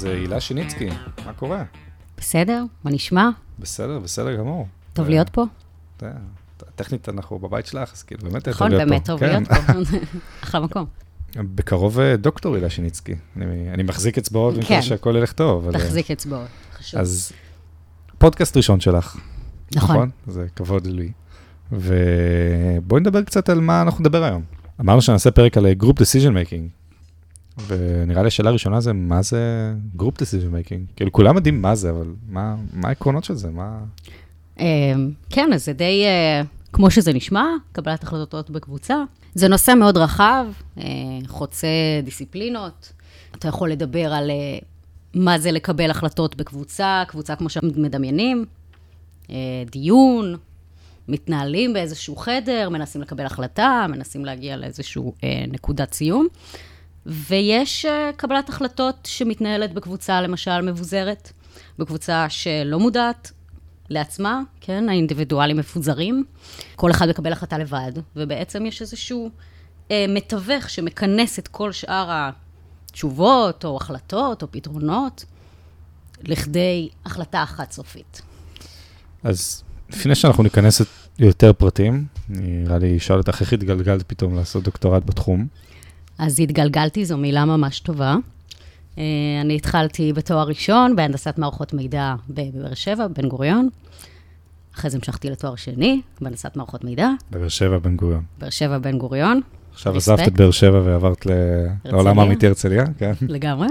אז הילה שיניצקי, מה קורה? בסדר? מה נשמע? בסדר גמור. טוב להיות פה? טכנית אנחנו בבית שלך, אז כאילו באמת טוב נכון, להיות פה. באמת טוב להיות פה. אחלה מקום. בקרוב דוקטור הילה שיניצקי. אני מחזיק אצבעות ומקווה שהכל ילך טוב. תחזיק אצבעות, חשוב. אז פודקאסט ראשון שלך. נכון. זה כבוד לי. ובואי נדבר קצת על מה אנחנו נדבר היום. אמרנו שנעשה פרק על Group Decision Making. ונראה לי השאלה הראשונה זה, מה זה Group Decision Making? כאילו, כולם יודעים מה זה, אבל מה העקרונות של זה? כן, אז זה די, כמו שזה נשמע, קבלת החלטות בקבוצה. זה נושא מאוד רחב, חוצה דיסציפלינות. אתה יכול לדבר על מה זה לקבל החלטות בקבוצה, קבוצה כמו שמדמיינים, דיון, מתנהלים באיזשהו חדר, מנסים לקבל החלטה, מנסים להגיע לאיזשהו נקודת סיום. ויש קבלת החלטות שמתנהלת בקבוצה, למשל, מבוזרת, בקבוצה שלא מודעת לעצמה, כן? האינדיבידואלים מפוזרים, כל אחד מקבל החלטה לבד, ובעצם יש איזשהו מתווך שמכנס את כל שאר התשובות, או החלטות, או פתרונות, לכדי החלטה אחת סופית. אז לפני שאנחנו ניכנס יותר פרטים, נראה לי שאל אותך איך התגלגלת פתאום לעשות דוקטורט בתחום. אז התגלגלתי, זו מילה ממש טובה. אני התחלתי בתואר ראשון, בהנדסת מערכות מידע בבאר שבע, בן גוריון. אחרי זה המשכתי לתואר שני, בהנדסת מערכות מידע. בבאר שבע, בן גוריון. באר שבע, בן גוריון. עכשיו עזבת את באר שבע ועברת לעולם האמיתי הרצליה, כן? לגמרי.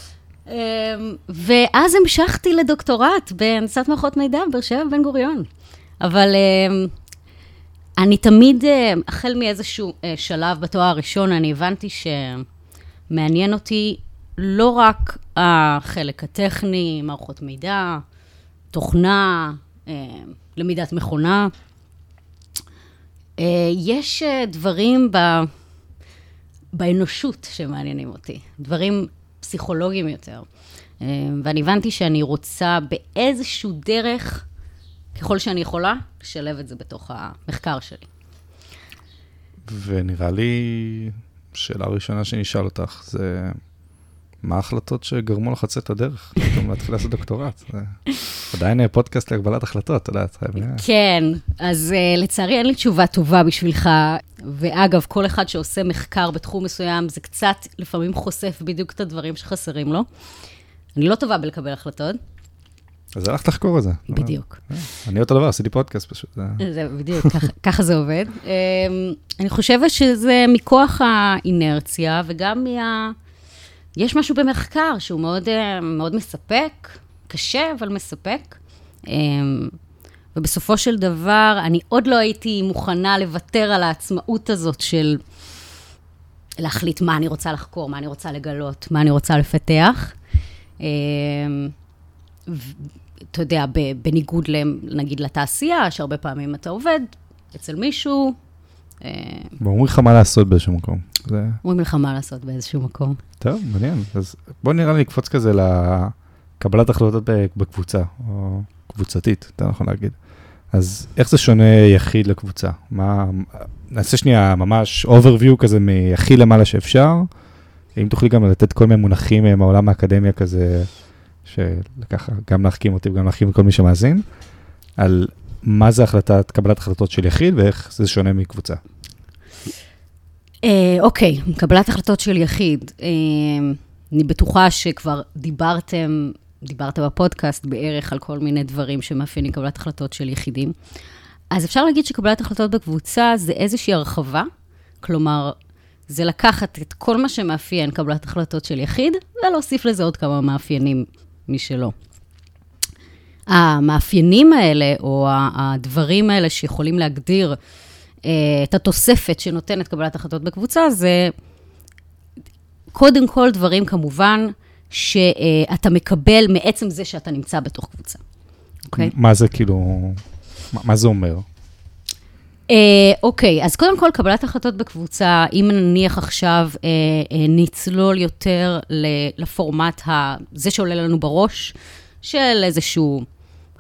ואז המשכתי לדוקטורט בהנדסת מערכות מידע, באר שבע, בן גוריון. אבל אני תמיד, החל מאיזשהו שלב בתואר הראשון, אני הבנתי שמעניין אותי לא רק החלק הטכני, מערכות מידע, תוכנה, למידת מכונה. יש דברים באנושות שמעניינים אותי, דברים פסיכולוגיים יותר. ואני הבנתי שאני רוצה באיזשהו דרך, ככל שאני יכולה, לשלב את זה בתוך המחקר שלי. ונראה לי, שאלה הראשונה שנשאל אותך, זה מה ההחלטות שגרמו לך לצאת הדרך? פתאום להתחיל לעשות דוקטורט. עדיין פודקאסט להגבלת החלטות, אתה יודעת. כן, אז לצערי אין לי תשובה טובה בשבילך, ואגב, כל אחד שעושה מחקר בתחום מסוים, זה קצת לפעמים חושף בדיוק את הדברים שחסרים לו. אני לא טובה בלקבל החלטות. אז הלכת לחקור את זה. בדיוק. אני אותו דבר, עשיתי פודקאסט פשוט. זה בדיוק, ככה זה עובד. אני חושבת שזה מכוח האינרציה, וגם יש משהו במחקר שהוא מאוד, מאוד מספק, קשה, אבל מספק. ובסופו של דבר, אני עוד לא הייתי מוכנה לוותר על העצמאות הזאת של להחליט מה אני רוצה לחקור, מה אני רוצה לגלות, מה אני רוצה לפתח. אתה יודע, בניגוד נגיד לתעשייה, שהרבה פעמים אתה עובד אצל מישהו. אומרים לך מה לעשות באיזשהו מקום. אומרים לך מה לעשות באיזשהו מקום. טוב, מעניין. אז בוא נראה לי לקפוץ כזה לקבלת החלטות בקבוצה, או קבוצתית, אתה נכון להגיד. אז איך זה שונה יחיד לקבוצה? נעשה שנייה ממש overview כזה מיחיד למעלה שאפשר. אם תוכלי גם לתת כל מיני מונחים מהעולם האקדמיה כזה, שלקחה גם להחכים אותי וגם להחכים את כל מי שמאזין, על מה זה קבלת החלטות של יחיד ואיך זה שונה מקבוצה. אוקיי, קבלת החלטות של יחיד. אני בטוחה שכבר דיברת בפודקאסט בערך על כל מיני דברים שמאפיינים קבלת החלטות של יחידים. אז אפשר להגיד שקבלת החלטות בקבוצה זה איזושהי הרחבה, כלומר, זה לקחת את כל מה שמאפיין קבלת החלטות של יחיד, ולהוסיף לזה עוד כמה מאפיינים משלו. המאפיינים האלה, או הדברים האלה שיכולים להגדיר את התוספת שנותנת קבלת החלטות בקבוצה, זה קודם כל דברים כמובן שאתה מקבל מעצם זה שאתה נמצא בתוך קבוצה. אוקיי? מה זה כאילו, מה זה אומר? אוקיי, אז קודם כל קבלת החלטות בקבוצה, אם נניח עכשיו נצלול יותר לפורמט זה שעולה לנו בראש, של איזשהו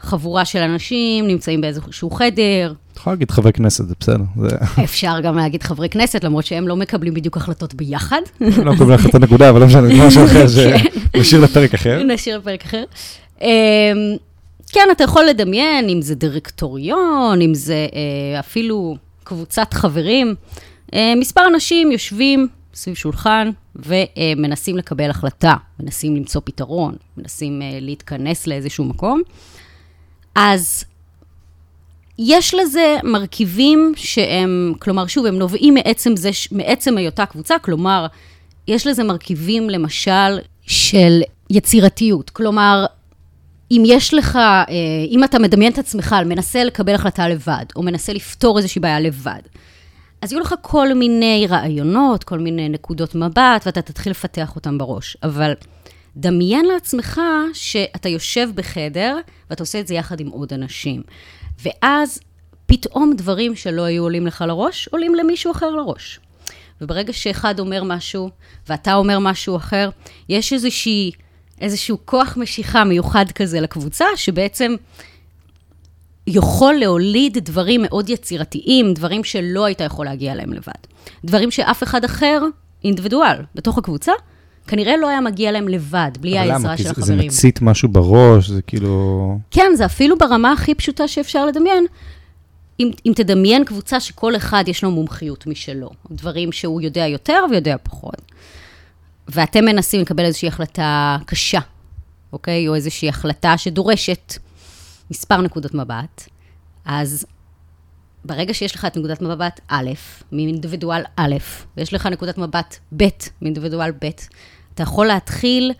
חבורה של אנשים, נמצאים באיזשהו חדר. אתה יכול להגיד חברי כנסת, זה בסדר. אפשר גם להגיד חברי כנסת, למרות שהם לא מקבלים בדיוק החלטות ביחד. הם לא מקבלים החלטות נקודה, אבל לא משנה, זה משהו אחר, נשאיר לפרק אחר. נשאיר לפרק אחר. כן, אתה יכול לדמיין, אם זה דירקטוריון, אם זה אפילו קבוצת חברים. מספר אנשים יושבים סביב שולחן ומנסים לקבל החלטה, מנסים למצוא פתרון, מנסים להתכנס לאיזשהו מקום. אז יש לזה מרכיבים שהם, כלומר, שוב, הם נובעים מעצם היותה קבוצה, כלומר, יש לזה מרכיבים, למשל, של יצירתיות. כלומר, אם יש לך, אם אתה מדמיין את עצמך, מנסה לקבל החלטה לבד, או מנסה לפתור איזושהי בעיה לבד, אז יהיו לך כל מיני רעיונות, כל מיני נקודות מבט, ואתה תתחיל לפתח אותם בראש. אבל דמיין לעצמך שאתה יושב בחדר, ואתה עושה את זה יחד עם עוד אנשים. ואז פתאום דברים שלא היו עולים לך לראש, עולים למישהו אחר לראש. וברגע שאחד אומר משהו, ואתה אומר משהו אחר, יש איזשהו כוח משיכה מיוחד כזה לקבוצה, שבעצם יכול להוליד דברים מאוד יצירתיים, דברים שלא היית יכול להגיע להם לבד. דברים שאף אחד אחר, אינדיבידואל, בתוך הקבוצה, כנראה לא היה מגיע להם לבד, בלי העזרה של החברים. זה מצית משהו בראש, זה כאילו... כן, זה אפילו ברמה הכי פשוטה שאפשר לדמיין. אם תדמיין קבוצה שכל אחד יש לו מומחיות משלו, דברים שהוא יודע יותר ויודע פחות. ואתם מנסים לקבל איזושהי החלטה קשה, אוקיי? או איזושהי החלטה שדורשת מספר נקודות מבט. אז ברגע שיש לך את נקודת מבט א', מאינדיבידואל א', ויש לך נקודת מבט ב', מאינדיבידואל ב', אתה יכול להתחיל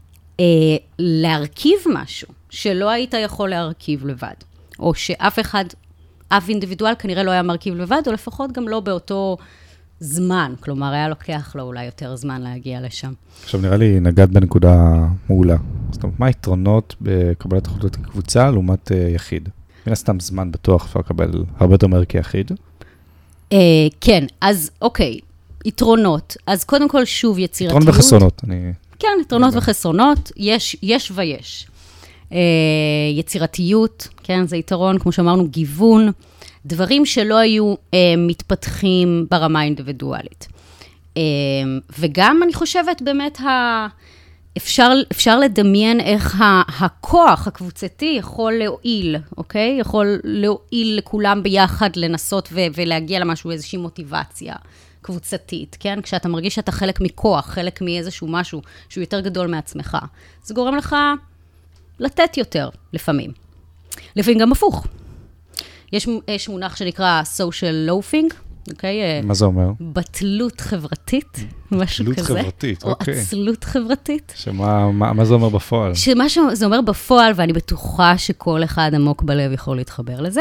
להרכיב משהו שלא היית יכול להרכיב לבד. או שאף אחד, אף אינדיבידואל כנראה לא היה מרכיב לבד, או לפחות גם לא באותו זמן. כלומר, היה לוקח לו אולי יותר זמן להגיע לשם. עכשיו נראה לי נגעת בנקודה מעולה. זאת אומרת, מה היתרונות בקבלת החלטות כקבוצה לעומת יחיד? מן הסתם זמן בטוח אפשר לקבל הרבה יותר מהר כיחיד. כן, אז אוקיי, יתרונות. אז קודם כל שוב יצירתיות. יתרונות וחסרונות. כן, יתרונות וחסרונות, יש ויש. יצירתיות, כן, זה יתרון, כמו שאמרנו, גיוון, דברים שלא היו מתפתחים ברמה האינדיבידואלית. וגם אני חושבת באמת אפשר לדמיין איך הכוח הקבוצתי יכול להועיל, אוקיי? יכול להועיל לכולם ביחד לנסות ולהגיע למשהו, איזושהי מוטיבציה קבוצתית, כן? כשאתה מרגיש שאתה חלק מכוח, חלק מאיזשהו משהו שהוא יותר גדול מעצמך, זה גורם לך לתת יותר לפעמים. לפעמים גם הפוך. יש מונח שנקרא social loafing, אוקיי? מה זה אומר? בטלות חברתית, משהו כזה. בטלות חברתית, אוקיי. או עצלות חברתית. מה זה אומר בפועל? שמה זה אומר בפועל, ואני בטוחה שכל אחד עמוק בלב יכול להתחבר לזה.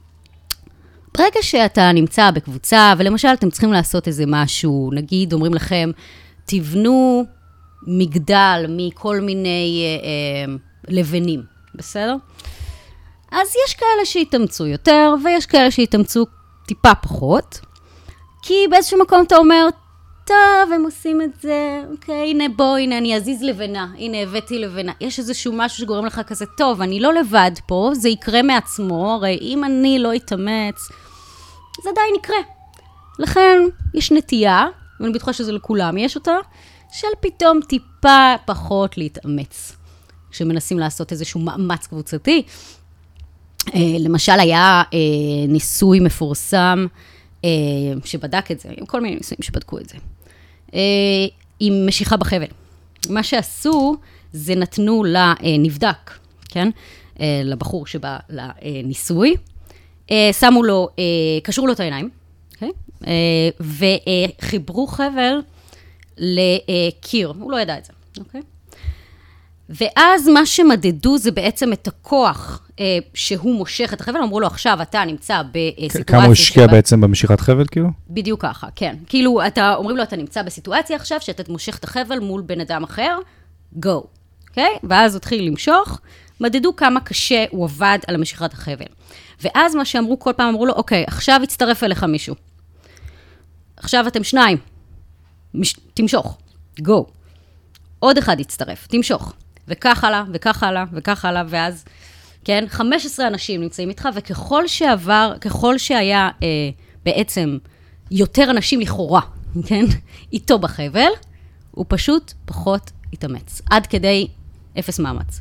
ברגע שאתה נמצא בקבוצה, ולמשל אתם צריכים לעשות איזה משהו, נגיד אומרים לכם, תבנו מגדל מכל מיני לבנים, בסדר? אז יש כאלה שיתאמצו יותר, ויש כאלה שיתאמצו טיפה פחות, כי באיזשהו מקום אתה אומר, טוב, הם עושים את זה, אוקיי, הנה בוא, הנה אני אזיז לבנה, הנה הבאתי לבנה. יש איזשהו משהו שגורם לך כזה, טוב, אני לא לבד פה, זה יקרה מעצמו, הרי אם אני לא אתאמץ, זה עדיין יקרה. לכן יש נטייה, ואני בטוחה שזה לכולם יש אותה, של פתאום טיפה פחות להתאמץ. כשמנסים לעשות איזשהו מאמץ קבוצתי, למשל היה ניסוי מפורסם שבדק את זה, עם כל מיני ניסויים שבדקו את זה, עם משיכה בחבל. מה שעשו זה נתנו לנבדק, כן? לבחור שבא לניסוי, שמו לו, קשרו לו את העיניים, וחיברו חבל לקיר, הוא לא ידע את זה, אוקיי? ואז מה שמדדו זה בעצם את הכוח שהוא מושך את החבל, אמרו לו עכשיו אתה נמצא בסיטואציה... כמה הוא השקיע בעצם במשיכת חבל כאילו? בדיוק ככה, כן. כאילו אומרים לו אתה נמצא בסיטואציה עכשיו שאתה מושך את החבל מול בן אדם אחר, go, אוקיי? ואז הוא התחיל למשוך, מדדו כמה קשה הוא עבד על המשיכת החבל. ואז מה שאמרו כל פעם, אמרו לו, אוקיי, עכשיו יצטרף אליך מישהו. עכשיו אתם שניים, תמשוך, go. עוד אחד יצטרף, תמשוך. וכך הלאה, וכך הלאה, וכך הלאה, ואז כן? 15 אנשים נמצאים איתך, ככל שהיה בעצם יותר אנשים לכאורה, כן? איתו בחבל, הוא פשוט פחות התאמץ. עד כדי 0 מאמץ.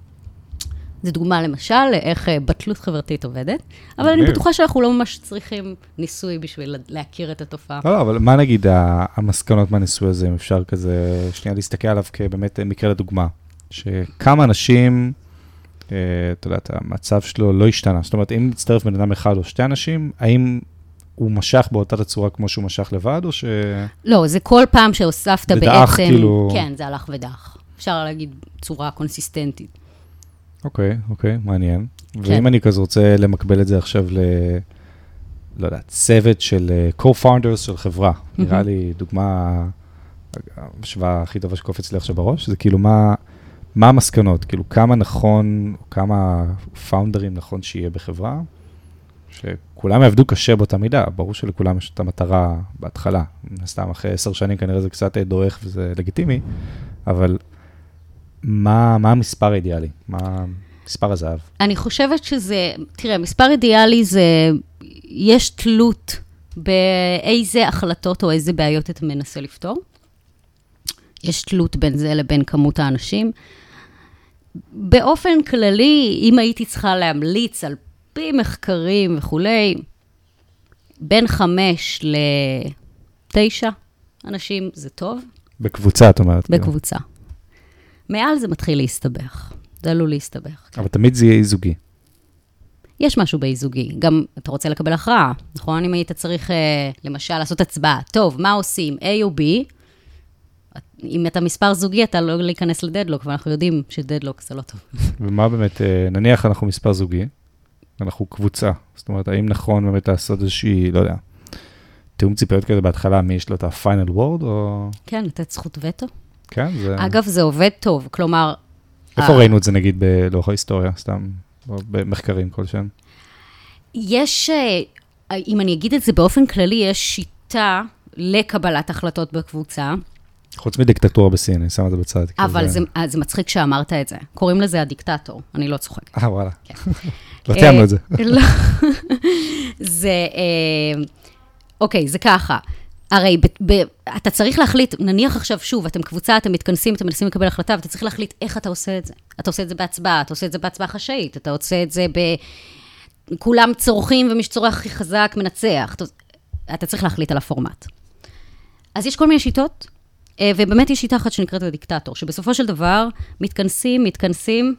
זו דוגמה למשל לאיך בטלות חברתית עובדת, אבל אני בטוחה שאנחנו לא ממש צריכים ניסוי בשביל להכיר את התופעה. לא, אבל מה נגיד המסקנות מהניסוי הזה, אם אפשר כזה שנייה להסתכל עליו כבאמת מקרה לדוגמה, שכמה אנשים, אתה יודע, המצב שלו לא השתנה. זאת אומרת, אם נצטרף בן אדם אחד או 2 אנשים, האם הוא משך באותה הצורה כמו שהוא משך לבד, או ש... לא, זה כל פעם שהוספת בעצם... ודח, כאילו... כן, זה הלך ודח. אפשר להגיד צורה קונסיסטנטית. אוקיי, מעניין. ואם אני כזה רוצה למקבל את זה עכשיו לא יודע, צוות של co-founders של חברה, נראה לי דוגמה, השוואה הכי טובה שקופץ לי עכשיו בראש, זה כאילו מה המסקנות, כאילו כמה נכון, כמה פאונדרים נכון שיהיה בחברה, שכולם יעבדו קשה באותה מידה, ברור שלכולם יש את המטרה בהתחלה, סתם אחרי 10 שנים כנראה זה קצת דורך וזה לגיטימי, אבל מה המספר האידיאלי? מה מספר הזהב? אני חושבת שזה, תראה, מספר אידיאלי זה, יש תלות באיזה החלטות או איזה בעיות אתה מנסה לפתור. יש תלות בין זה לבין כמות האנשים. באופן כללי, אם הייתי צריכה להמליץ על פי מחקרים וכולי, בין 5 ל-9 אנשים זה טוב. בקבוצה, את אומרת. בקבוצה. מעל זה מתחיל להסתבך. זה עלול להסתבך. אבל תמיד זה יהיה איזוגי. יש משהו באיזוגי. גם אתה רוצה לקבל הכרעה, נכון? אם היית צריך, למשל, לעשות הצבעה. טוב, מה עושים? A או B? אם אתה מספר זוגי, אתה לא להיכנס לדדלוק, ואנחנו יודעים שדדלוק זה לא טוב. ומה באמת, נניח אנחנו מספר זוגי, אנחנו קבוצה. זאת אומרת, האם נכון באמת לעשות איזושהי, לא יודע, תיאום ציפיות כזה בהתחלה, מי יש לו את ה-final word, או... כן, לתת זכות וטו. כן, זה... אגב, זה עובד טוב, כלומר... איפה ראינו את זה, נגיד, בלוח ההיסטוריה, סתם, או במחקרים כלשהם? יש, אם אני אגיד את זה באופן כללי, יש שיטה לקבלת החלטות בקבוצה. חוץ מדיקטטורה בסין, אני שם את זה בצד. אבל זה מצחיק שאמרת את זה. קוראים לזה הדיקטטור, אני לא צוחק. וואלה. לא תיאמנו את זה. לא. זה, אוקיי, זה ככה. הרי אתה צריך להחליט, נניח עכשיו שוב, אתם קבוצה, אתם מתכנסים, אתם מנסים לקבל החלטה, ואתה צריך להחליט איך אתה עושה את זה. אתה עושה את זה בהצבעה, אתה עושה את זה בהצבעה חשאית, אתה עושה את זה כולם צורכים, ומי שצורך הכי חזק מנצח. אתה צריך להחליט על הפורמט. אז יש כל מיני שיטות, ובאמת יש שיטה אחת שנקראת הדיקטטור, שבסופו של דבר מתכנסים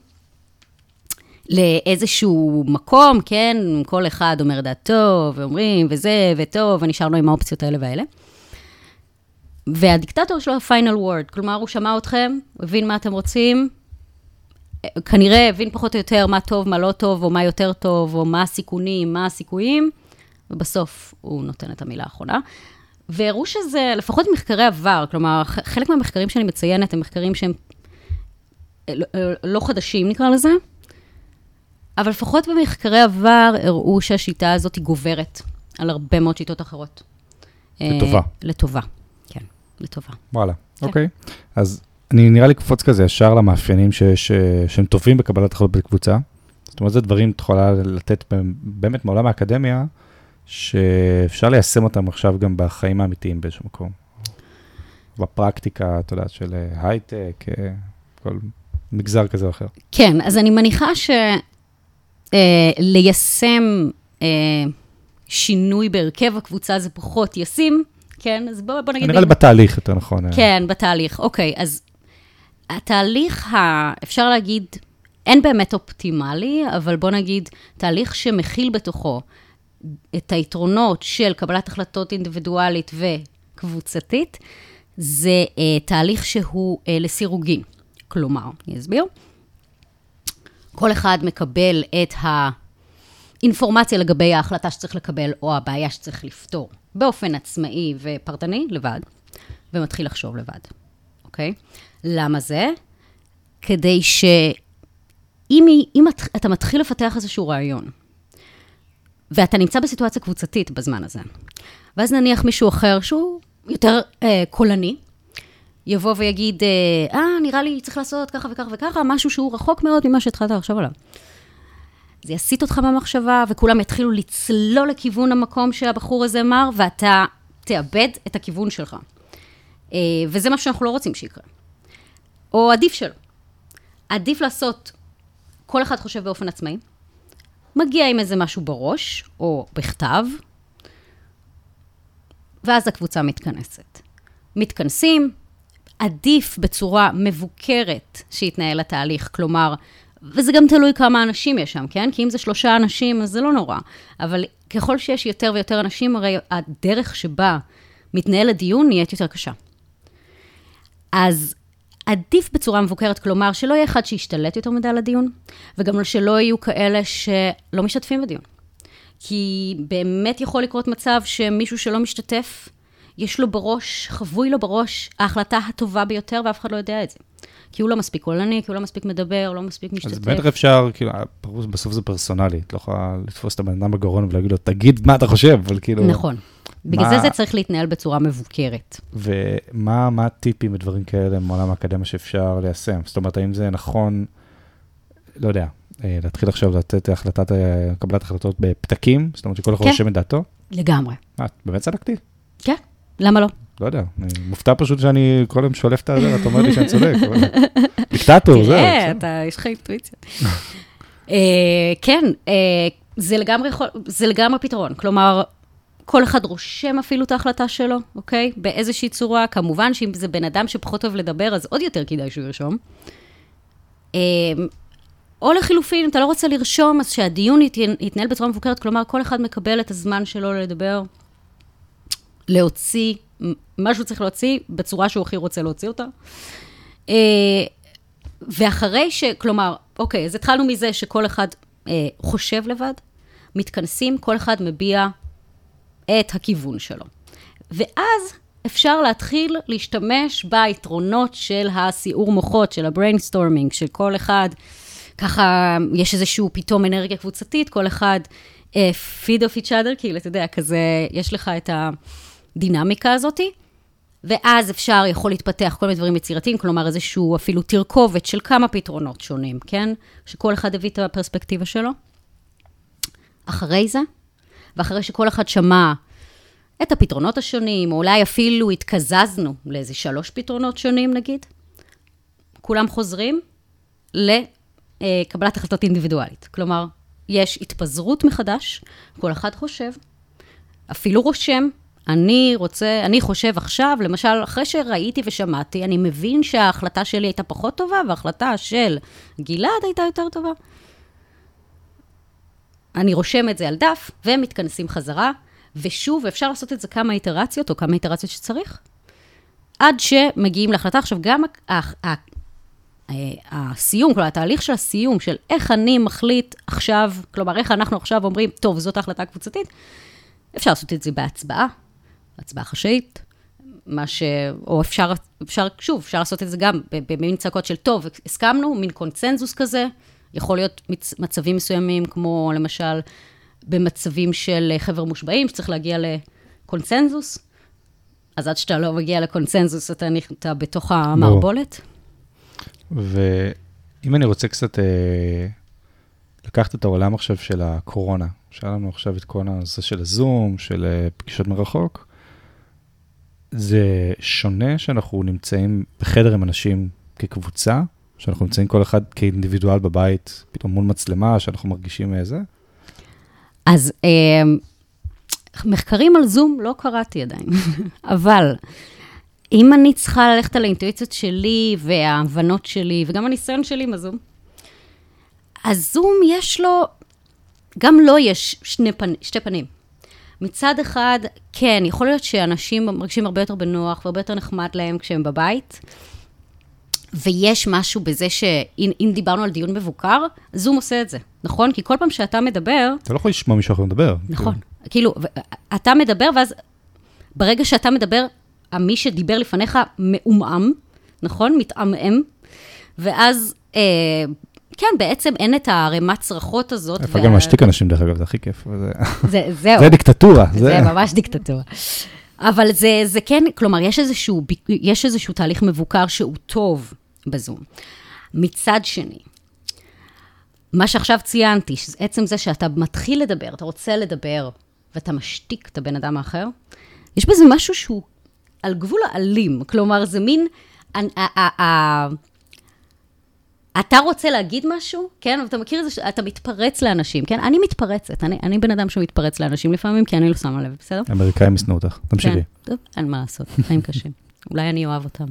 לאיזשהו מקום, כן? כל אחד אומר דעתו, ואומרים, וזה, וטוב, ונשארנו עם האופציות האלה והאלה. והדיקטטור שלו ה-final word, כלומר, הוא שמע אתכם, הוא הבין מה אתם רוצים, כנראה הבין פחות או יותר מה טוב, מה לא טוב, או מה יותר טוב, או מה הסיכונים, מה הסיכויים, ובסוף הוא נותן את המילה האחרונה. והראו שזה, לפחות מחקרי עבר, כלומר, חלק מהמחקרים שאני מציינת, הם מחקרים שהם לא חדשים, נקרא לזה, אבל לפחות במחקרי עבר, הראו שהשיטה הזאת היא גוברת על הרבה מאוד שיטות אחרות. לטובה. לטובה, כן, לטובה. וואלה, אוקיי. אז אני נראה לי קפוץ כזה ישר למאפיינים שהם טובים בקבלת החלטות בקבוצה. זאת אומרת, זה דברים תוכלה לתת באמת מעולם האקדמיה, שאפשר ליישם אותם עכשיו גם בחיים האמיתיים באיזשהו מקום. בפרקטיקה, אתה יודע, של הייטק, כל מגזר כזה או אחר. כן, אז אני מניחה ליישם שינוי בהרכב הקבוצה זה פחות ישים, כן? אז בוא נגיד... נראה לי בתהליך יותר נכון. כן, בתהליך. אוקיי, אז התהליך, אפשר להגיד, אין באמת אופטימלי, אבל בוא נגיד, תהליך שמכיל בתוכו את היתרונות של קבלת החלטות אינדיבידואלית וקבוצתית, זה תהליך שהוא לסירוגין. כלומר, אני אסביר. כל אחד מקבל את האינפורמציה לגבי ההחלטה שצריך לקבל, או הבעיה שצריך לפתור, באופן עצמאי ופרטני, לבד, ומתחיל לחשוב לבד. אוקיי? למה זה? כדי אם אתה מתחיל לפתח איזשהו רעיון, ואתה נמצא בסיטואציה קבוצתית בזמן הזה, ואז נניח מישהו אחר שהוא יותר קולני, יבוא ויגיד, נראה לי צריך לעשות ככה וככה וככה, משהו שהוא רחוק מאוד ממה שהתחלת לחשוב עליו. זה יסיט אותך במחשבה, וכולם יתחילו לצלול לכיוון המקום שהבחור הזה אמר, ואתה תאבד את הכיוון שלך. וזה מה שאנחנו לא רוצים שיקרה. או עדיף שלא. עדיף לעשות, כל אחד חושב באופן עצמאי, מגיע עם איזה משהו בראש, או בכתב, ואז הקבוצה מתכנסת. מתכנסים, עדיף בצורה מבוקרת שיתנהל התהליך, כלומר, וזה גם תלוי כמה אנשים יש שם, כן? כי אם זה 3 אנשים, אז זה לא נורא. אבל ככל שיש יותר ויותר אנשים, הרי הדרך שבה מתנהל הדיון נהיית יותר קשה. אז עדיף בצורה מבוקרת, כלומר, שלא יהיה אחד שישתלט יותר מדי על הדיון, וגם שלא יהיו כאלה שלא משתתפים בדיון. כי באמת יכול לקרות מצב שמישהו שלא משתתף, יש לו בראש, חבוי לו בראש, ההחלטה הטובה ביותר, ואף אחד לא יודע את זה. כי הוא לא מספיק קולני, כי הוא לא מספיק מדבר, הוא לא מספיק משתתף. אז בטח אפשר, כאילו, בסוף זה פרסונלי, את לא יכולה לתפוס את הבן אדם בגרון ולהגיד לו, תגיד מה אתה חושב, אבל כאילו... נכון. בגלל זה צריך להתנהל בצורה מבוקרת. ומה הטיפים ודברים כאלה מעולם האקדמיה שאפשר ליישם? זאת אומרת, האם זה נכון, לא יודע, להתחיל עכשיו לתת קבלת החלטות בפתקים? זאת אומרת שכל אחד רושם את דעתו? לגמרי. באמת צדקתי? כן, למה לא? לא יודע, אני מופתע פשוט שאני כל יום שולף את הזה, אתה אומר לי שאני צודק. דיקטטור, זהו. תראה, יש לך אינטואיציה. כן, זה לגמרי פתרון. כלומר, כל אחד רושם אפילו את ההחלטה שלו, אוקיי? באיזושהי צורה. כמובן שאם זה בן אדם שפחות אוהב לדבר, אז עוד יותר כדאי שהוא ירשום. או לחילופין, אם אתה לא רוצה לרשום, אז שהדיון יתנהל בצורה מבוקרת, כלומר, כל אחד מקבל את הזמן שלו לדבר, להוציא, משהו צריך להוציא, בצורה שהוא הכי רוצה להוציא אותה. ואחרי כלומר, אוקיי, אז התחלנו מזה שכל אחד חושב לבד, מתכנסים, כל אחד מביע את הכיוון שלו. ואז אפשר להתחיל להשתמש ביתרונות של הסיעור מוחות, של הבריינסטורמינג, של כל אחד, ככה יש איזשהו פתאום אנרגיה קבוצתית, כל אחד feed of each other, כאילו, אתה יודע, כזה, יש לך את הדינמיקה הזאת, ואז יכול להתפתח כל מיני דברים יצירתיים, כלומר איזשהו אפילו תרכובת של כמה פתרונות שונים, כן? שכל אחד הביא את הפרספקטיבה שלו. אחרי זה, ואחרי שכל אחד שמע את הפתרונות השונים, או אולי אפילו התקזזנו לאיזה 3 פתרונות שונים, נגיד, כולם חוזרים לקבלת החלטות אינדיבידואלית. כלומר, יש התפזרות מחדש, כל אחד חושב, אפילו רושם, אני חושב עכשיו, למשל, אחרי שראיתי ושמעתי, אני מבין שההחלטה שלי הייתה פחות טובה, וההחלטה של גלעד הייתה יותר טובה. אני רושם את זה על דף, והם מתכנסים חזרה, ושוב, אפשר לעשות את זה כמה איטרציות, או כמה איטרציות שצריך, עד שמגיעים להחלטה. עכשיו, גם הסיום, כלומר, התהליך של הסיום, של איך אני מחליט עכשיו, כלומר, איך אנחנו עכשיו אומרים, טוב, זאת ההחלטה הקבוצתית, אפשר לעשות את זה בהצבעה, הצבעה חשאית, או אפשר לעשות את זה גם במין צעקות של טוב, הסכמנו, מין קונצנזוס כזה, יכול להיות מצבים מסוימים, כמו למשל, במצבים של חבר מושבעים, שצריך להגיע לקונצנזוס, אז עד שאתה לא מגיע לקונצנזוס, אתה בתוך המערבולת. ואם אני רוצה קצת לקחת את העולם עכשיו של הקורונה, שהיה לנו עכשיו את כל הנושא של הזום, של פגישות מרחוק, זה שונה שאנחנו נמצאים בחדר עם אנשים כקבוצה, שאנחנו נמצאים כל אחד כאינדיבידואל בבית, פתאום מול מצלמה, שאנחנו מרגישים איזה? אז מחקרים על זום לא קראתי עדיין, אבל אם אני צריכה ללכת על האינטואיציות שלי וההבנות שלי, וגם הניסיון שלי עם הזום, הזום יש לו, גם לא יש שתי פנים. מצד אחד, כן, יכול להיות שאנשים מרגישים הרבה יותר בנוח, והרבה יותר נחמד להם כשהם בבית, ויש משהו בזה שאם דיברנו על דיון מבוקר, זום עושה את זה, נכון? כי כל פעם שאתה מדבר... אתה לא יכול לשמוע מישהו אחר מדבר. נכון. כאילו, אתה מדבר, ואז ברגע שאתה מדבר, מי שדיבר לפניך מעומעם, נכון? מתעמם, ואז, כן, בעצם אין את הרמת צרחות הזאת. איפה גם משתיק אנשים, דרך אגב, זה הכי כיף. זהו. זה דיקטטורה. זה ממש דיקטטורה. אבל זה כן, כלומר, יש איזשהו תהליך מבוקר שהוא טוב בזום. מצד שני, מה שעכשיו ציינתי, עצם זה שאתה מתחיל לדבר, אתה רוצה לדבר, ואתה משתיק את הבן אדם האחר, יש בזה משהו שהוא על גבול האלים, כלומר, זה מין, אתה רוצה להגיד משהו, כן? אתה מכיר את זה, אתה מתפרץ לאנשים, כן? אני מתפרצת, אני בן אדם שמתפרץ לאנשים לפעמים, כי אני לא שמה לב, בסדר? אמריקאים ישנאו אותך, תמשיכי. טוב, אין מה לעשות, חיים קשים. אולי אני אוהב אותם.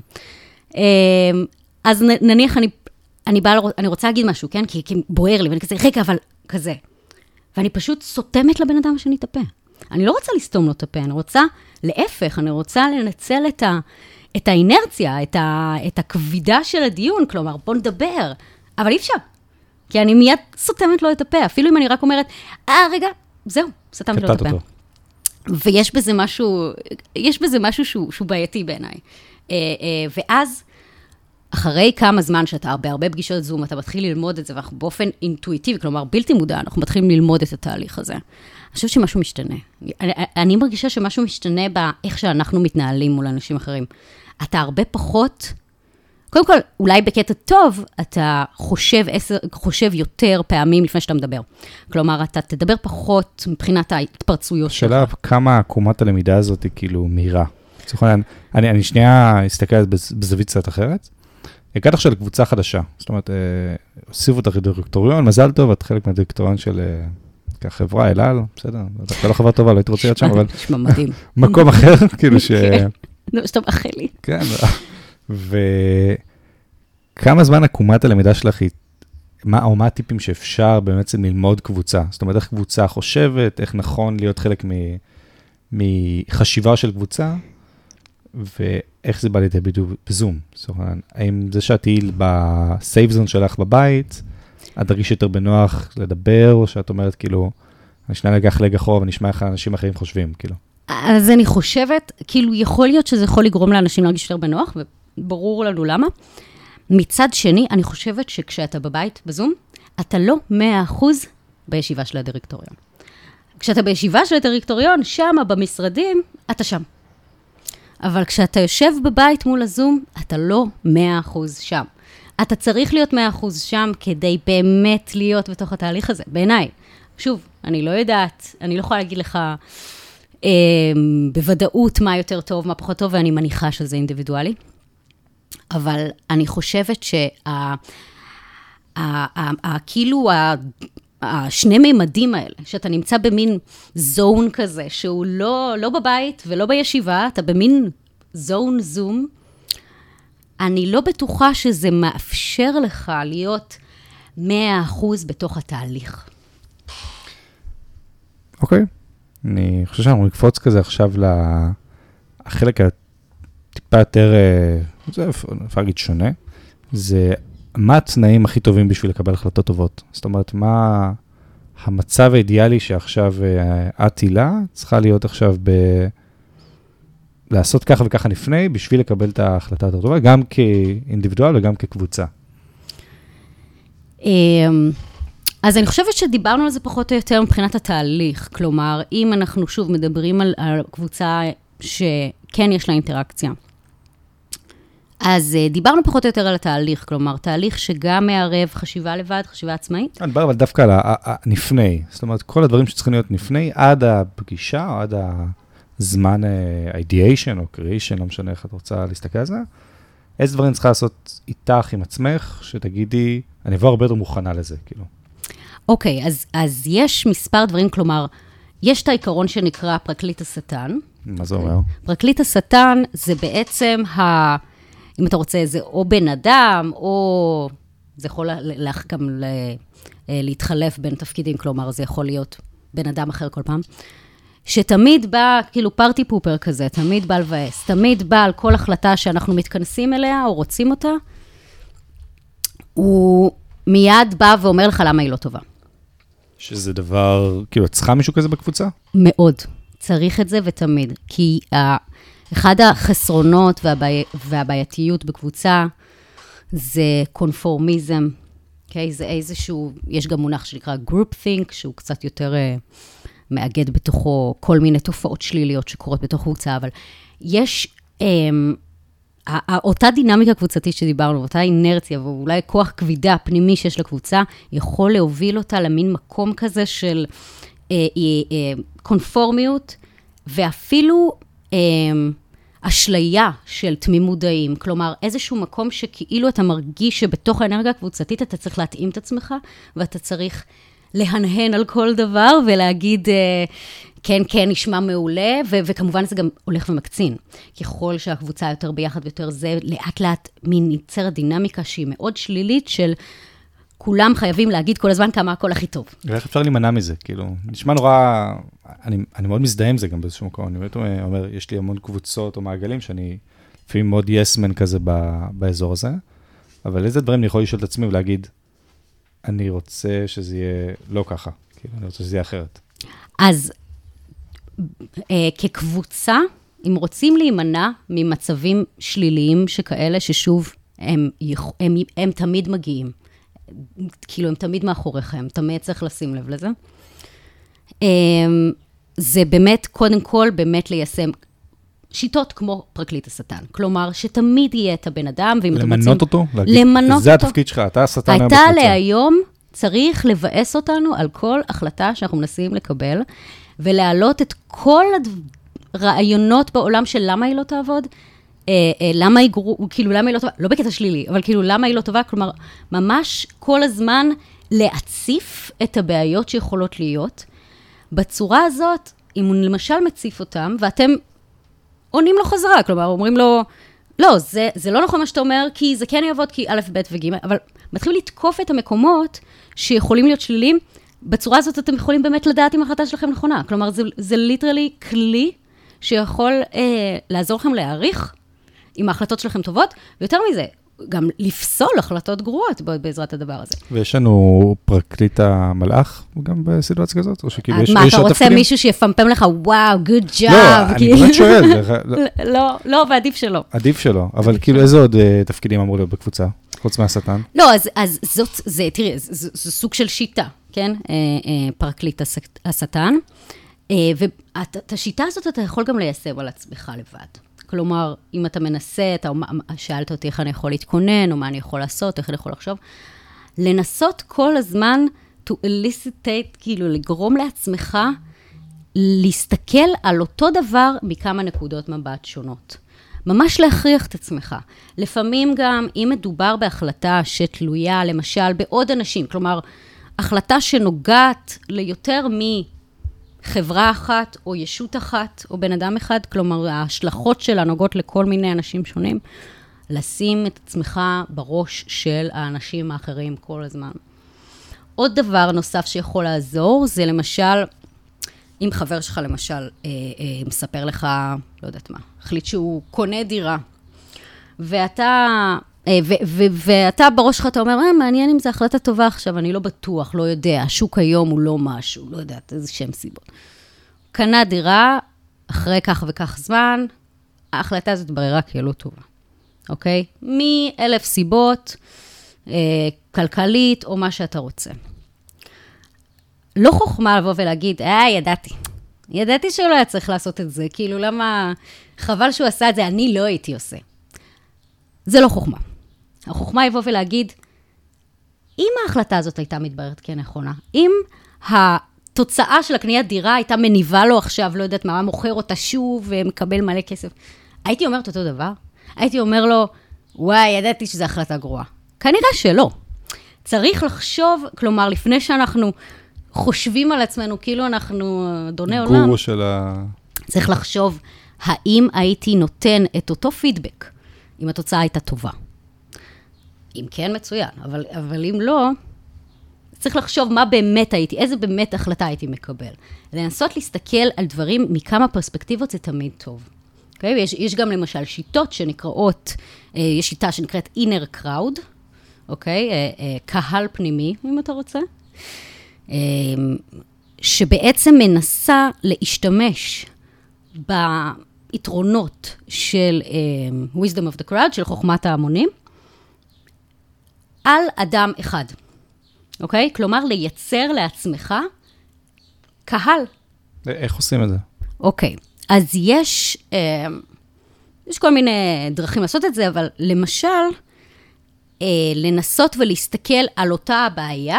אז נניח אני רוצה להגיד משהו, כן? כי בוער לי, ואני כזה, רגע, אבל כזה. ואני פשוט סותמת לבן אדם שאני את הפה. אני לא רוצה לסתום לו את הפה, אני רוצה, להפך, אני רוצה לנצל את האינרציה, את הכבידה של הדיון, כלומר, בוא נדבר, אבל אי אפשר. כי אני מיד סותמת לו את הפה, אפילו אם אני רק אומרת, רגע, זהו, סתמתי לו את הפה. ויש בזה משהו שהוא בעייתי בעיניי. ואז, אחרי כמה זמן שאתה בהרבה פגישות זום, אתה מתחיל ללמוד את זה, ואנחנו באופן אינטואיטיבי, כלומר, בלתי מודע, אנחנו מתחילים ללמוד את התהליך הזה. אני חושבת שמשהו משתנה. אני מרגישה שמשהו משתנה באיך שאנחנו מתנהלים מול אנשים אחרים. אתה הרבה פחות, קודם כל, אולי בקטע טוב, אתה חושב יותר פעמים לפני שאתה מדבר. כלומר, אתה תדבר פחות מבחינת ההתפרצויות שלך. שאלה, כמה עקומת הלמידה הזאת היא כאילו מהירה? אני שנייה אסתכל בזווית קצת אחרת. הגעת עכשיו לקבוצה חדשה. זאת אומרת, הוסיפו אותך לדירקטוריון, מזל טוב, את חלק מהדירקטוריון של החברה, אלעל, בסדר? אתה לא חברה טובה, לא הייתי רוצה להיות שם, אבל... נשמע מדהים. מקום אחר, כאילו ש... לא, שאתה מאחל לי. כן, וכמה זמן עקומת הלמידה שלך היא, או מה הטיפים שאפשר בעצם ללמוד קבוצה? זאת אומרת, איך קבוצה חושבת, איך נכון להיות חלק מחשיבה של קבוצה, ואיך זה בא לידי ביטוי בזום. זאת אומרת, האם זה שאת תהיי בסייב זון שלך בבית, את תרגיש יותר בנוח לדבר, או שאת אומרת, כאילו, אני שנייה לגח אחורה ונשמע איך אנשים אחרים חושבים, כאילו. אז אני חושבת, כאילו, יכול להיות שזה יכול לגרום לאנשים להרגיש יותר בנוח, וברור לנו למה. מצד שני, אני חושבת שכשאתה בבית, בזום, אתה לא 100% בישיבה של הדירקטוריון. כשאתה בישיבה של הדירקטוריון, שם, במשרדים, אתה שם. אבל כשאתה יושב בבית מול הזום, אתה לא 100% שם. אתה צריך להיות 100% שם, כדי באמת להיות בתוך התהליך הזה, בעיניי. שוב, אני לא יודעת, אני לא יכולה להגיד לך בוודאות מה יותר טוב, מה פחות טוב, ואני מניחה שזה אינדיבידואלי. אבל אני חושבת כאילו השני מימדים האלה, שאתה נמצא במין זון כזה, שהוא לא בבית ולא בישיבה, אתה במין זון זום, אני לא בטוחה שזה מאפשר לך להיות 100% בתוך התהליך. אוקיי. אני חושב שאנחנו נקפוץ כזה עכשיו לחלק הטיפה יותר, זה אפשר להגיד שונה, זה מה התנאים הכי טובים בשביל לקבל החלטות טובות. זאת אומרת, מה המצב האידיאלי שעכשיו את הילה צריכה להיות עכשיו לעשות ככה וככה לפני, בשביל לקבל את ההחלטה יותר טובה, גם כאינדיבידואל וגם כקבוצה. אז אני חושבת שדיברנו על זה פחות או יותר מבחינת התהליך. כלומר, אם אנחנו שוב מדברים על קבוצה שכן יש לה אינטראקציה, אז דיברנו פחות או יותר על התהליך. כלומר, תהליך שגם מערב חשיבה לבד, חשיבה עצמאית. אני מדבר אבל דווקא על הנפני. זאת אומרת, כל הדברים שצריכים להיות לפני, עד הפגישה, או עד הזמן ideation או creation, לא משנה איך את רוצה להסתכל על זה. איזה דברים צריכה לעשות איתך, עם עצמך, שתגידי, אני אבוא הרבה יותר מוכנה לזה, כאילו. אוקיי, אז יש מספר דברים, כלומר, יש את העיקרון שנקרא פרקליט השטן. מה זה אומר? פרקליט השטן זה בעצם, אם אתה רוצה, זה או בן אדם, או זה יכול גם להתחלף בין תפקידים, כלומר, זה יכול להיות בן אדם אחר כל פעם, שתמיד בא, כאילו פארטי פופר כזה, תמיד בא לבאס, תמיד בא על כל החלטה שאנחנו מתכנסים אליה, או רוצים אותה, הוא מיד בא ואומר לך למה היא לא טובה. שזה דבר, כאילו, את צריכה מישהו כזה בקבוצה? מאוד. צריך את זה ותמיד. כי אחד החסרונות והבעייתיות בקבוצה, זה קונפורמיזם. Okay? זה איזשהו, יש גם מונח שנקרא group think, שהוא קצת יותר מאגד בתוכו כל מיני תופעות שליליות שקורות בתוך קבוצה, אבל יש אותה דינמיקה קבוצתית שדיברנו, אותה אינרציה, ואולי כוח כבידה פנימי שיש לקבוצה, יכול להוביל אותה למין מקום כזה של קונפורמיות, ואפילו אשליה של תמימות דעים. כלומר, איזשהו מקום שכאילו אתה מרגיש שבתוך האנרגיה הקבוצתית אתה צריך להתאים את עצמך, ואתה צריך להנהן על כל דבר ולהגיד, כן, כן, נשמע מעולה, וכמובן זה גם הולך ומקצין. ככל שהקבוצה יותר ביחד ויותר זה, לאט לאט מין ייצר דינמיקה שהיא מאוד שלילית של כולם חייבים להגיד כל הזמן כמה הכל הכי טוב. ואיך אפשר להימנע מזה? כאילו, נשמע נורא, אני מאוד מזדהה עם זה גם באיזשהו מקום. אני באמת אומר, יש לי המון קבוצות או מעגלים שאני לפעמים מאוד יסמן כזה באזור הזה, אבל איזה דברים אני יכול לשאול את עצמי ולהגיד, אני רוצה שזה יהיה לא ככה, כאילו, אני רוצה שזה יהיה אחרת. אז כקבוצה, אם רוצים להימנע ממצבים שליליים שכאלה, ששוב, הם תמיד מגיעים. כאילו, הם תמיד מאחוריכם, תמיד צריך לשים לב לזה. זה באמת, קודם כל, באמת ליישם שיטות כמו פרקליט השטן. כלומר, שתמיד יהיה את הבן אדם, ואם אתם רוצים... למנות אותו? למנות אותו. זה התפקיד שלך, אתה השטן היום בקבוצה. הייתה להיום, צריך לבאס אותנו על כל החלטה שאנחנו מנסים לקבל, ולהעלות את כל הרעיונות בעולם של למה היא לא תעבוד, למה היא לא טובה, לא בקטע שלילי, אבל כאילו למה היא לא טובה, כלומר, ממש כל הזמן להציף את הבעיות שיכולות להיות. בצורה הזאת, אם הוא למשל מציף אותם, ואתם עונים לו חזרה, כלומר, אומרים לו, לא, זה לא נכון מה שאתה אומר, כי זה כן יעבוד, כי א', ב' וג', אבל מתחילים לתקוף את המקומות שיכולים להיות שליליים, בצורה הזאת אתם יכולים באמת לדעת אם ההחלטה שלכם נכונה. כלומר, זה ליטרלי כלי שיכול לעזור לכם להעריך אם ההחלטות שלכם טובות, ויותר מזה, גם לפסול החלטות גרועות בעזרת הדבר הזה. ויש לנו פרקליט המלאך גם בסיטואציה כזאת? או שכאילו יש מה, אתה רוצה מישהו שיפמפם לך, וואו, good job? לא, אני באמת שואל. לא, ועדיף שלא. עדיף שלא, אבל כאילו איזה עוד תפקידים אמרו להיות בקבוצה, חוץ מהשטן? לא, אז תראי, זה סוג של שיטה, כן? פרקליט השטן. ואת השיטה הזאת אתה יכול גם ליישם על עצמך לבד. כלומר, אם אתה מנסה, אתה שאלת אותי איך אני יכול להתכונן, או מה אני יכול לעשות, איך אני יכול לחשוב, לנסות כל הזמן to elicitate, כאילו לגרום לעצמך, להסתכל על אותו דבר מכמה נקודות מבט שונות. ממש להכריח את עצמך. לפעמים גם, אם מדובר בהחלטה שתלויה, למשל, בעוד אנשים, כלומר, החלטה שנוגעת ליותר חברה אחת, או ישות אחת, או בן אדם אחד, כלומר, ההשלכות שלה נוגעות לכל מיני אנשים שונים, לשים את עצמך בראש של האנשים האחרים כל הזמן. עוד דבר נוסף שיכול לעזור, זה למשל, אם חבר שלך למשל מספר לך, לא יודעת מה, החליט שהוא קונה דירה, ואתה בראש שלך אתה אומר, מעניין אם זו החלטה טובה עכשיו, אני לא בטוח, לא יודע, השוק היום הוא לא משהו, לא יודעת, איזה שם סיבות. קנה דירה, אחרי כך וכך זמן, ההחלטה הזאת ברירה כלא טובה, אוקיי? מ-1000 סיבות, כלכלית או מה שאתה רוצה. לא חוכמה לבוא ולהגיד, ידעתי שהוא לא היה צריך לעשות את זה, כאילו למה, חבל שהוא עשה את זה, אני לא הייתי עושה. זה לא חוכמה. החוכמה יבוא ולהגיד, אם ההחלטה הזאת הייתה מתבררת כנכונה, אם התוצאה של הקניית דירה הייתה מניבה לו עכשיו, לא יודעת מה, מוכר אותה שוב ומקבל מלא כסף, הייתי אומרת אותו דבר? הייתי אומר לו, וואי, ידעתי שזו החלטה גרועה. כנראה שלא. צריך לחשוב, כלומר, לפני שאנחנו חושבים על עצמנו, כאילו אנחנו דוני עולם, גורו של צריך לחשוב, האם הייתי נותן את אותו פידבק, אם התוצאה הייתה טובה. אם כן, מצוין, אבל אם לא, צריך לחשוב מה באמת הייתי, איזה באמת החלטה הייתי מקבל. לנסות להסתכל על דברים מכמה פרספקטיבות זה תמיד טוב. Okay? יש גם למשל שיטות שנקראות, יש שיטה שנקראת inner crowd, אוקיי? קהל פנימי, אם אתה רוצה, שבעצם מנסה להשתמש ביתרונות של wisdom of the crowd, של חוכמת ההמונים, על אדם אחד. אוקיי? כלומר, לייצר לעצמך קהל. איך עושים את זה? אוקיי. אז יש יש כל מיני דרכים לעשות את זה, אבל למשל, לנסות ולהסתכל על אותה הבעיה,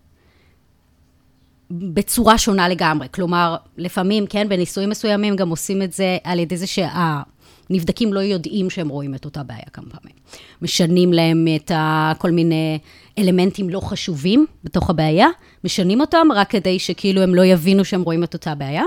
בצורה שונה לגמרי. כלומר, לפעמים, כן, בניסויים מסוימים גם עושים את זה על ידי זה שהנבדקים לא יודעים שהם רואים את אותה בעיה כמה פעמים. משנים להם את כל מיני אלמנטים לא חשובים בתוך הבעיה, משנים אותם רק כדי שכאילו הם לא יבינו שהם רואים את אותה בעיה.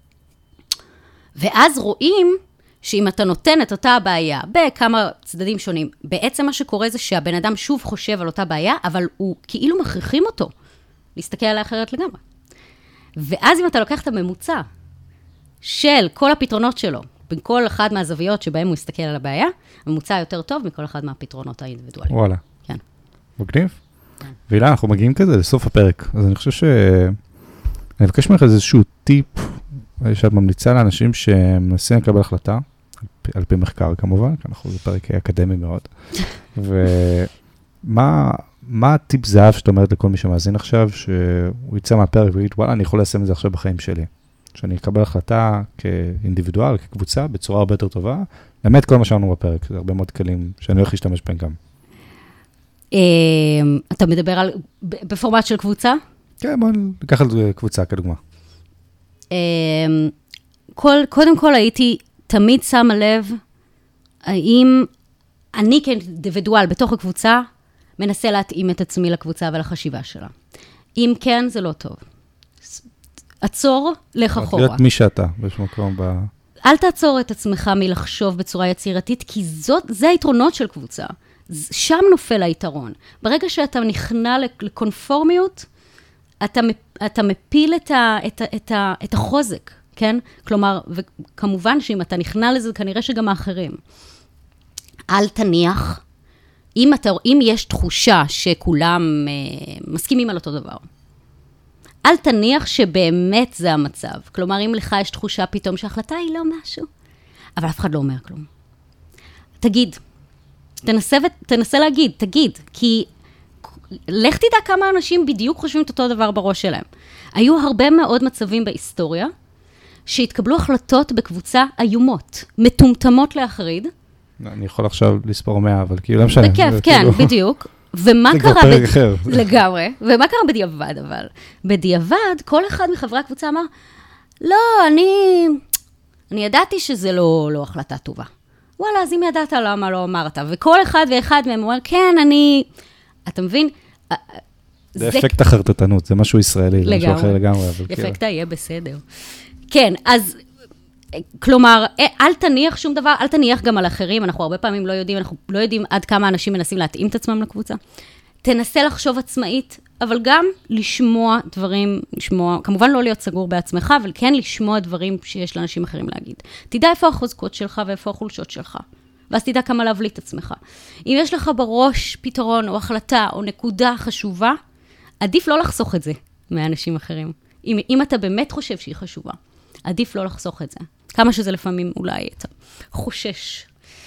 ואז רואים שאם אתה נותן את אותה הבעיה בכמה צדדים שונים, בעצם מה שקורה זה שהבן אדם שוב חושב על אותה בעיה, אבל הוא כאילו מכריחים אותו להסתכל עליה אחרת לגמרי. ואז אם אתה לוקח את הממוצע של כל הפתרונות שלו, בין כל אחד מהזוויות שבהם הוא יסתכל על הבעיה, הממוצע יותר טוב מכל אחד מהפתרונות האינדיבידואליים. וואלה. כן. מגניב. כן. ואילה, אנחנו מגיעים כזה לסוף הפרק, אז אני חושב אני מבקש ממך איזשהו טיפ, שאת ממליצה לאנשים שמנסים לקבל החלטה, על פי מחקר כמובן, כי אנחנו זה פרק אקדמי מאוד. מה הטיפ זהב שאת אומרת לכל מי שמאזין עכשיו, שהוא יצא מהפרק ויגיד, וואלה, אני יכול לשים את זה עכשיו בחיים שלי. שאני אקבל החלטה כאינדיבידואל, כקבוצה, בצורה הרבה יותר טובה, באמת כל מה שאמרנו בפרק, זה הרבה מאוד כלים שאני הולך להשתמש בהם גם. אתה מדבר על, בפורמט של קבוצה? כן, בוא ניקח על קבוצה כדוגמה. קודם כל הייתי תמיד שמה לב, האם אני כאינדיבידואל בתוך הקבוצה, מנסה להתאים את עצמי לקבוצה ולחשיבה שלה. אם כן, זה לא טוב. עצור, לך אחורה. להיות מי שאתה, באיזשהו מקום אל תעצור את עצמך מלחשוב בצורה יצירתית, כי זה היתרונות של קבוצה. שם נופל היתרון. ברגע שאתה נכנע לקונפורמיות, אתה מפיל את החוזק, כן? כלומר, וכמובן שאם אתה נכנע לזה, כנראה שגם האחרים. אל תניח, אם יש תחושה שכולם מסכימים על אותו דבר, אל תניח שבאמת זה המצב. כלומר, אם לך יש תחושה פתאום שההחלטה היא לא משהו, אבל אף אחד לא אומר כלום. תגיד, תנסה להגיד, תגיד, כי לך תדע כמה אנשים בדיוק חושבים את אותו דבר בראש שלהם. היו הרבה מאוד מצבים בהיסטוריה, שהתקבלו החלטות בקבוצה איומות, מטומטמות להחריד. אני יכול עכשיו לספור 100, אבל כאילו לא משנה. בכיף, כן, בדיוק. ומה קרה לגמרי, ומה קרה בדיעבד אבל? בדיעבד, כל אחד מחברי הקבוצה אמר, לא, אני ידעתי שזה לא החלטה טובה. וואלה, אז אם ידעת, למה לא אמרת? וכל אחד ואחד מהם אומר, כן, אתה מבין? זה אפקט החרטטנות, זה משהו ישראלי, זה משהו אחר לגמרי. אפקט יהיה בסדר. כן, אז כלומר, אל תניח שום דבר, אל תניח גם על אחרים, אנחנו הרבה פעמים אנחנו לא יודעים עד כמה אנשים מנסים להתאים את עצמם לקבוצה. תנסה לחשוב עצמאית, אבל גם לשמוע דברים, כמובן לא להיות סגור בעצמך, אבל כן לשמוע דברים שיש לאנשים אחרים להגיד. תדע איפה החוזקות שלך ואיפה החולשות שלך, ואז תדע כמה להבליט את עצמך. אם יש לך בראש פתרון או החלטה או נקודה חשובה, עדיף לא לחסוך את זה מאנשים אחרים. אם אתה באמת חושב שהיא חשובה, עדיף לא לחסוך את זה. כמה שזה לפעמים אולי אתה חושש.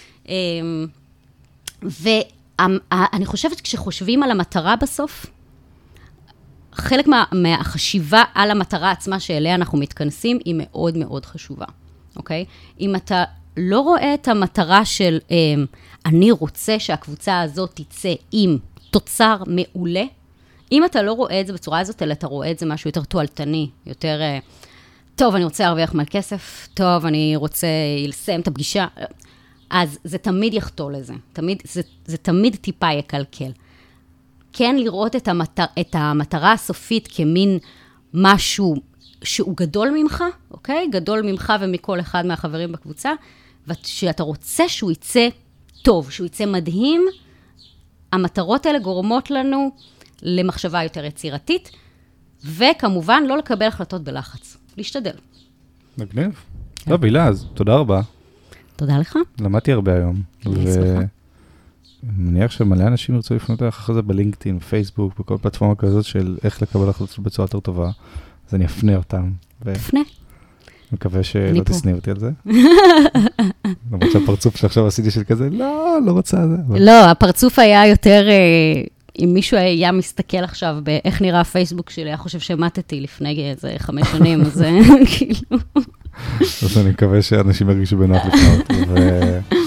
ואני חושבת כשחושבים על המטרה בסוף, חלק מהחשיבה על המטרה עצמה שאליה אנחנו מתכנסים, היא מאוד מאוד חשובה. אוקיי? אם אתה לא רואה את המטרה של, אני רוצה שהקבוצה הזאת תצא עם תוצר מעולה, אם אתה לא רואה את זה בצורה הזאת, אלא אתה רואה את זה משהו יותר תועלתני, יותר טוב, אני רוצה להרוויח מלא כסף, טוב, אני רוצה לסיים את הפגישה, אז זה תמיד יחתול לזה, זה תמיד טיפה יקלקל. כן לראות את המטרה הסופית כמין משהו שהוא גדול ממך, אוקיי? גדול ממך ומכל אחד מהחברים בקבוצה, ושאתה רוצה שהוא יצא טוב, שהוא יצא מדהים, המטרות האלה גורמות לנו למחשבה יותר יצירתית, וכמובן לא לקבל החלטות בלחץ. להשתדל. מגניב. טוב, הילה, אז תודה רבה. תודה לך. למדתי הרבה היום. אני שמחה. מניח שמלא אנשים ירצו לפנות לך אחרי זה בלינקדאין, פייסבוק, בכל פלטפורמה כזאת של איך לקבל החלטות בצורה יותר טובה. אז אני אפנה אותם. תפנה. מקווה שלא תסני אותי על זה. למרות שהפרצוף שעכשיו עשיתי של כזה, לא רוצה זה. לא, הפרצוף היה יותר, אם מישהו היה מסתכל עכשיו באיך נראה הפייסבוק שלי, היה חושב שמטתי לפני איזה 5 שנים, אז כאילו. אז אני מקווה שאנשים ירגישו בנוח לפנות.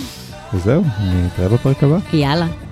וזהו, נתראה בפרק הבא. יאללה.